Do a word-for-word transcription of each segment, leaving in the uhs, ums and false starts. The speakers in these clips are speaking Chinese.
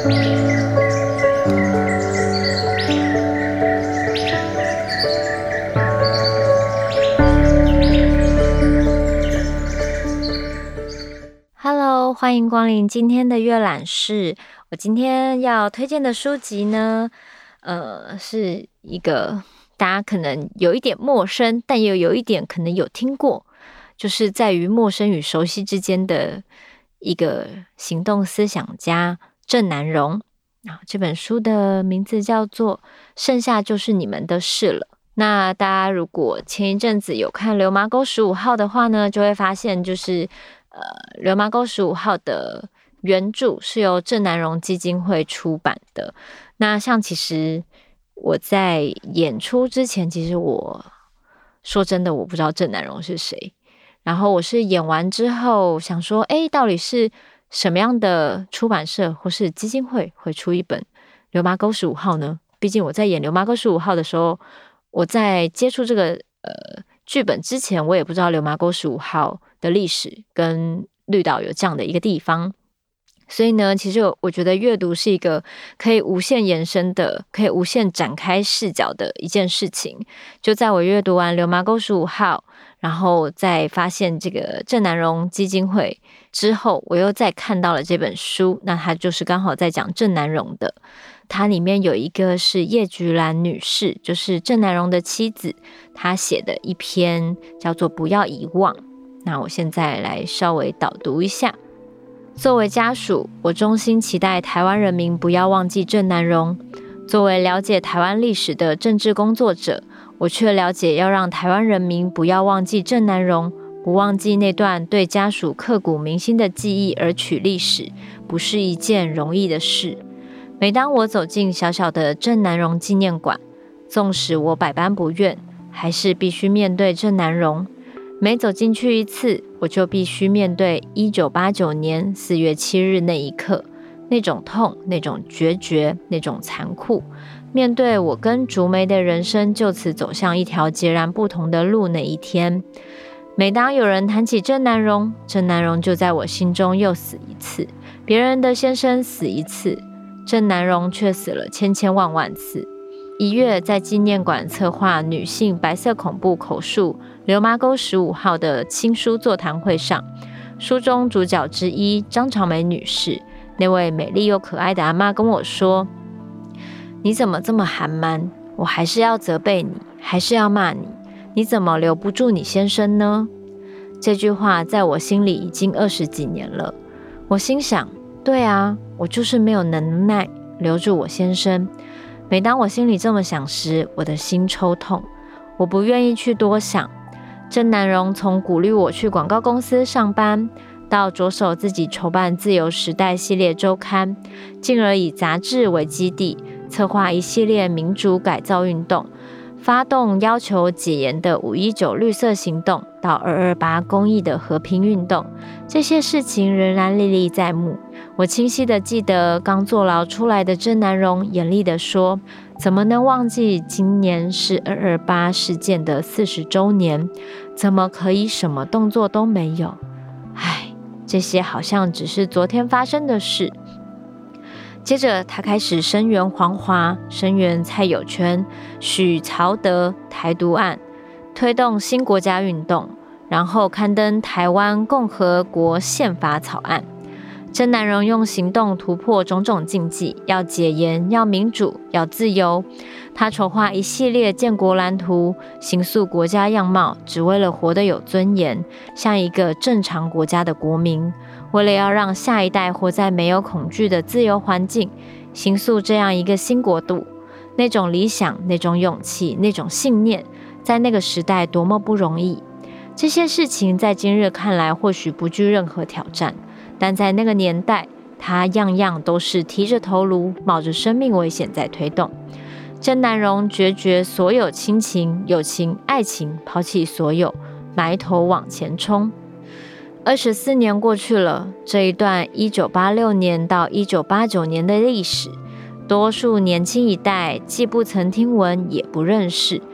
Hello， 欢迎光临今天的阅览室。我今天要推荐的书籍呢，呃，是一个大家可能有一点陌生，但又有一点可能有听过，就是在于陌生与熟悉之间的一个行动思想家郑南榕。这本书的名字叫做《剩下就是你们的事了》。那大家如果前一阵子有看《流麻沟十五号》的话呢，就会发现就是呃，《流麻沟十五号》的原著是由郑南榕基金会出版的。那像其实我在演出之前，其实我说真的我不知道郑南榕是谁，然后我是演完之后想说，诶，到底是什么样的出版社或是基金会会出一本《流麻沟十五号》呢？毕竟我在演《流麻沟十五号》的时候，我在接触这个呃剧本之前，我也不知道流麻沟十五号的历史跟绿岛有这样的一个地方。所以呢，其实我觉得阅读是一个可以无限延伸的，可以无限展开视角的一件事情。就在我阅读完流麻沟十五号，然后再发现这个郑南榕基金会之后，我又再看到了这本书，那它就是刚好在讲郑南榕的。它里面有一个是叶菊兰女士，就是郑南榕的妻子，她写的一篇叫做《不要遗忘》。那我现在来稍微导读一下。作为家属，我衷心期待台湾人民不要忘记郑南榕。作为了解台湾历史的政治工作者，我却了解要让台湾人民不要忘记郑南榕，不忘记那段对家属刻骨铭心的记忆而取历史，不是一件容易的事。每当我走进小小的郑南榕纪念馆，纵使我百般不愿，还是必须面对郑南榕。每走进去一次，我就必须面对一九八九年四月七日那一刻，那种痛，那种决绝，那种残酷，面对我跟竹梅的人生就此走向一条截然不同的路那一天。每当有人谈起郑南榕，郑南榕就在我心中又死一次。别人的先生死一次，郑南榕却死了千千万万次。一月在纪念馆策划女性白色恐怖口述《流麻沟十五号》的新书座谈会上，书中主角之一张长梅女士，那位美丽又可爱的阿嬷跟我说：“你怎么这么寒蛮？我还是要责备你，还是要骂你？你怎么留不住你先生呢？”这句话在我心里已经二十几年了。我心想，对啊，我就是没有能耐留住我先生。每当我心里这么想时，我的心抽痛，我不愿意去多想。郑南榕从鼓励我去广告公司上班，到着手自己筹办自由时代系列周刊，进而以杂志为基地，策划一系列民主改造运动，发动要求解严的五一九绿色行动，到二二八公益的和平运动，这些事情仍然历历在目。我清晰地记得刚坐牢出来的郑南榕严厉地说：“怎么能忘记今年是二二八事件的四十周年？怎么可以什么动作都没有？唉，这些好像只是昨天发生的事。”接着他开始声援黄华，声援蔡有圈、许曹德台独案，推动新国家运动，然后刊登台湾共和国宪法草案。郑南榕用行动突破种种禁忌，要解严，要民主，要自由。他筹划一系列建国蓝图，形塑国家样貌，只为了活得有尊严，像一个正常国家的国民。为了要让下一代活在没有恐惧的自由环境，形塑这样一个新国度。那种理想，那种勇气，那种信念，在那个时代多么不容易。这些事情在今日看来或许不具任何挑战，但在那个年代，他样样都是提着头颅，冒着生命危险在推动。郑南榕决绝所有亲情、友情、爱情，抛弃所有，埋头往前冲。二十四年过去了，这一段一九八六年到一九八九年的历史，多数年轻一代既不曾听闻，也不认识。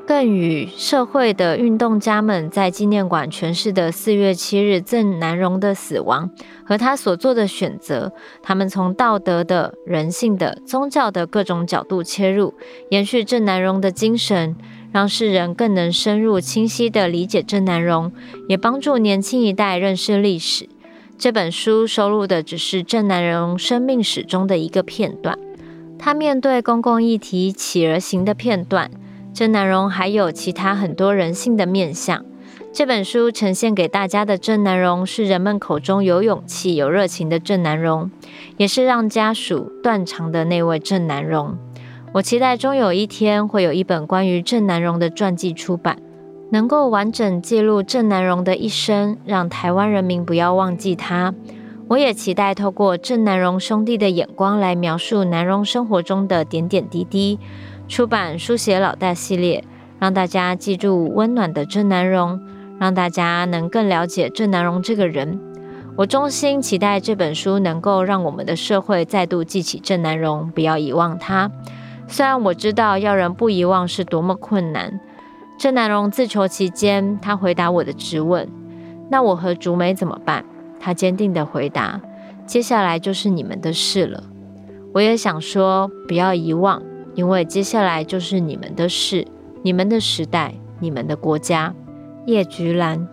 更与社会的运动家们在纪念馆诠释的四月七日郑南榕的死亡和他所做的选择，他们从道德的、人性的、宗教的各种角度切入，延续郑南榕的精神，让世人更能深入清晰地理解郑南榕，也帮助年轻一代认识历史。这本书收录的只是郑南榕生命史中的一个片段，他面对公共议题起而行的片段。郑南榕还有其他很多人性的面向。这本书呈现给大家的郑南榕，是人们口中有勇气、有热情的郑南榕，也是让家属断肠的那位郑南榕。我期待终有一天会有一本关于郑南榕的传记出版，能够完整记录郑南榕的一生，让台湾人民不要忘记他。我也期待透过郑南榕兄弟的眼光来描述南榕生活中的点点滴滴。出版书写老戴系列，让大家记住温暖的郑南榕，让大家能更了解郑南榕这个人。我衷心期待这本书能够让我们的社会再度记起郑南榕，不要遗忘他。虽然我知道要人不遗忘是多么困难。郑南榕自囚期间，他回答我的质问：那我和竹梅怎么办？他坚定地回答：接下来就是你们的事了。我也想说，不要遗忘，因为接下来就是你们的事，你们的时代，你们的国家。叶菊兰。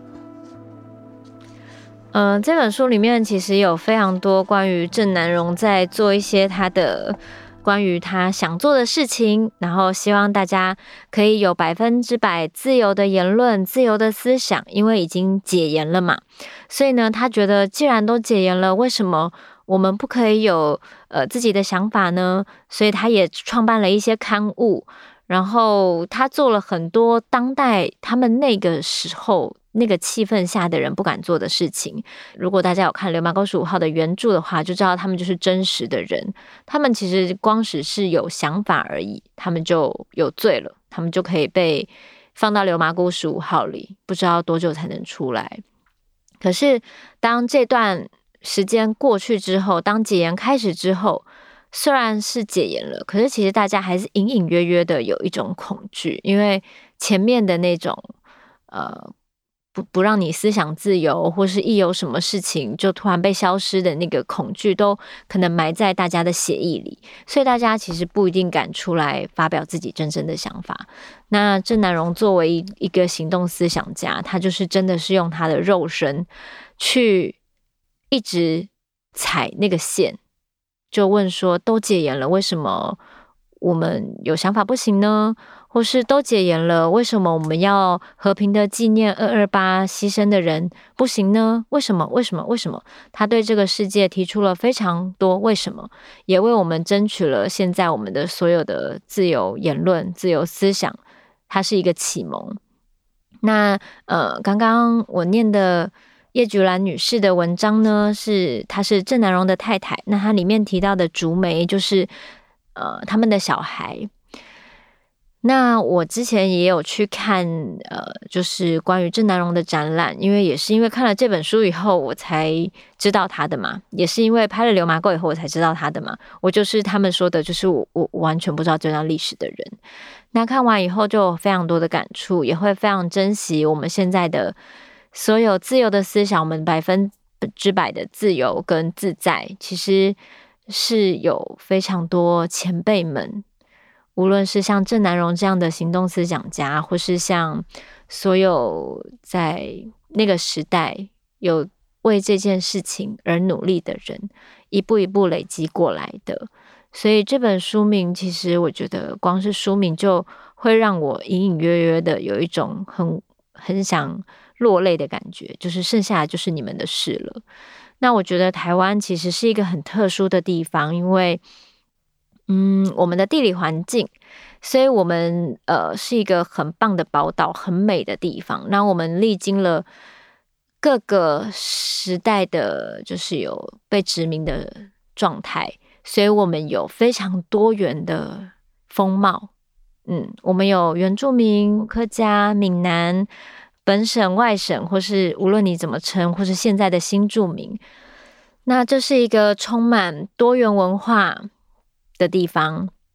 呃，这本书里面其实有非常多关于郑南榕在做一些他的关于他想做的事情，然后希望大家可以有百分之百自由的言论、自由的思想，因为已经解严了嘛。所以呢，他觉得既然都解严了，为什么我们不可以有呃自己的想法呢？所以他也创办了一些刊物，然后他做了很多当代他们那个时候那个气氛下的人不敢做的事情。如果大家有看《流麻沟十五号》的原著的话，就知道他们就是真实的人。他们其实光只是有想法而已，他们就有罪了，他们就可以被放到流麻沟十五号里，不知道多久才能出来。可是当这段时间过去之后，当解严开始之后，虽然是解严了，可是其实大家还是隐隐约约的有一种恐惧，因为前面的那种呃不不让你思想自由，或是一有什么事情就突然被消失的那个恐惧，都可能埋在大家的血液里，所以大家其实不一定敢出来发表自己真正的想法。那郑南榕作为一一个行动思想家，他就是真的是用他的肉身去一直踩那个线，就问说都戒严了，为什么我们有想法不行呢？或是都戒严了，为什么我们要和平的纪念二二八牺牲的人不行呢？为什么？为什么？为什么？他对这个世界提出了非常多为什么，也为我们争取了现在我们的所有的自由言论、自由思想，它是一个启蒙。那呃，刚刚我念的叶菊兰女士的文章呢，是她是郑南榕的太太。那她里面提到的竹梅就是呃他们的小孩。那我之前也有去看呃，就是关于郑南榕的展览，因为也是因为看了这本书以后，我才知道他的嘛，也是因为拍了《流麻沟》以后，我才知道他的嘛。我就是他们说的，就是我我完全不知道这段历史的人。那看完以后就有非常多的感触，也会非常珍惜我们现在的所有自由的思想，我们百分之百的自由跟自在，其实是有非常多前辈们，无论是像郑南榕这样的行动思想家，或是像所有在那个时代有为这件事情而努力的人，一步一步累积过来的。所以这本书名，其实我觉得光是书名就会让我隐隐约约的有一种很很想落泪的感觉，就是剩下的就是你们的事了。那我觉得台湾其实是一个很特殊的地方，因为嗯，我们的地理环境，所以我们呃是一个很棒的宝岛，很美的地方。那我们历经了各个时代的，就是有被殖民的状态，所以我们有非常多元的风貌。嗯，我们有原住民、客家、闽南、本省、外省，或是无论你怎么称，或是现在的新住民。那这是一个充满多元文化的地方，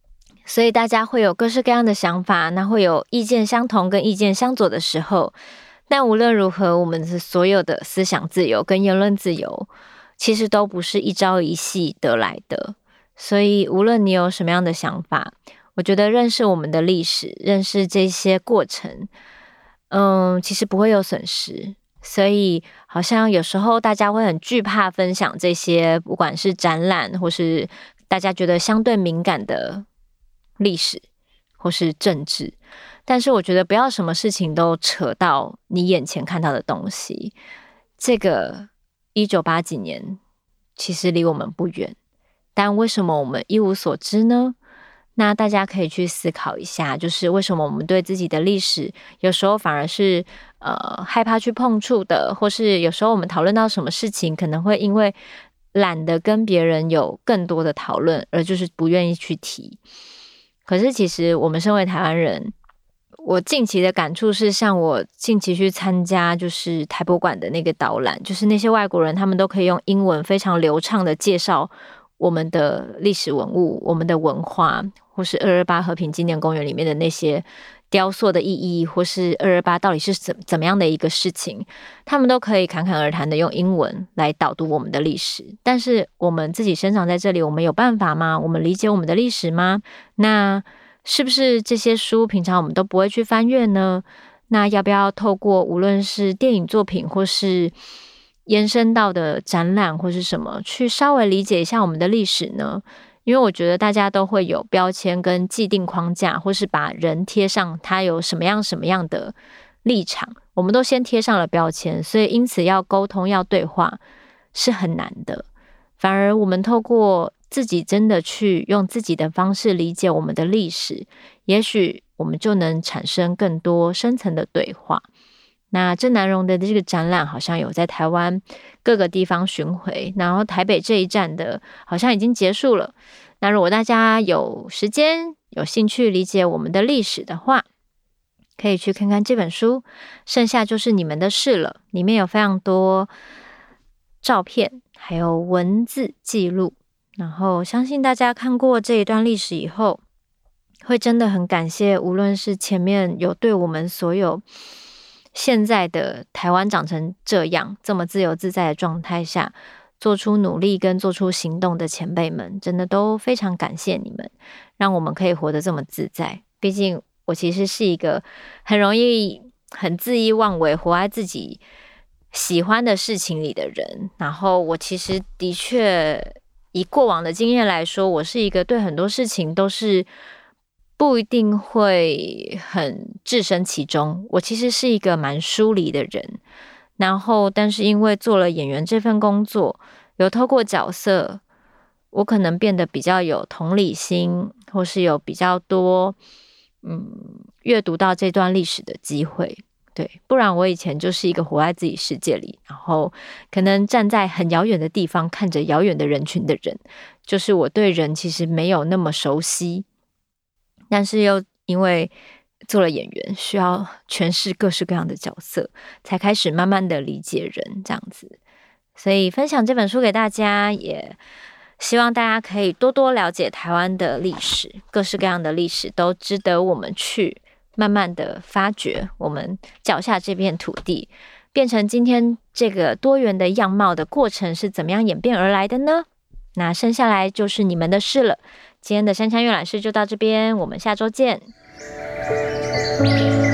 所以大家会有各式各样的想法，那会有意见相同跟意见相左的时候，但无论如何，我们的所有的思想自由跟言论自由其实都不是一朝一夕得来的。所以无论你有什么样的想法，我觉得认识我们的历史，认识这些过程，嗯，其实不会有损失。所以好像有时候大家会很惧怕分享这些，不管是展览或是大家觉得相对敏感的历史或是政治，但是我觉得不要什么事情都扯到你眼前看到的东西。这个一九八几年其实离我们不远，但为什么我们一无所知呢？那大家可以去思考一下，就是为什么我们对自己的历史有时候反而是呃害怕去碰触的，或是有时候我们讨论到什么事情，可能会因为懒得跟别人有更多的讨论，而就是不愿意去提。可是其实我们身为台湾人，我近期的感触是，像我近期去参加就是台博馆的那个导览，就是那些外国人他们都可以用英文非常流畅的介绍我们的历史文物、我们的文化，或是二二八和平纪念公园里面的那些雕塑的意义，或是二二八到底是怎怎么样的一个事情，他们都可以侃侃而谈的用英文来导读我们的历史。但是我们自己生长在这里，我们有办法吗？我们理解我们的历史吗？那是不是这些书平常我们都不会去翻阅呢？那要不要透过无论是电影作品或是延伸到的展览或是什么，去稍微理解一下我们的历史呢？因为我觉得大家都会有标签跟既定框架，或是把人贴上他有什么样什么样的立场，我们都先贴上了标签，所以因此要沟通要对话是很难的。反而我们透过自己真的去用自己的方式理解我们的历史，也许我们就能产生更多深层的对话。那郑南榕的这个展览好像有在台湾各个地方巡回，然后台北这一站的好像已经结束了。那如果大家有时间有兴趣理解我们的历史的话，可以去看看这本书，剩下就是你们的事了。里面有非常多照片还有文字记录，然后相信大家看过这一段历史以后，会真的很感谢无论是前面有对我们所有现在的台湾长成这样这么自由自在的状态下做出努力跟做出行动的前辈们，真的都非常感谢你们，让我们可以活得这么自在。毕竟我其实是一个很容易很恣意妄为活在自己喜欢的事情里的人，然后我其实的确以过往的经验来说，我是一个对很多事情都是不一定会很置身其中，我其实是一个蛮疏离的人。然后但是因为做了演员这份工作，有透过角色，我可能变得比较有同理心，或是有比较多嗯阅读到这段历史的机会。对，不然我以前就是一个活在自己世界里，然后可能站在很遥远的地方看着遥远的人群的人，就是我对人其实没有那么熟悉，但是又因为做了演员，需要诠释各式各样的角色，才开始慢慢的理解人这样子。所以分享这本书给大家，也希望大家可以多多了解台湾的历史，各式各样的历史都值得我们去慢慢的发掘。我们脚下这片土地变成今天这个多元的样貌的过程是怎么样演变而来的呢？那剩下来就是你们的事了。今天的山羌阅览室就到这边，我们下周见。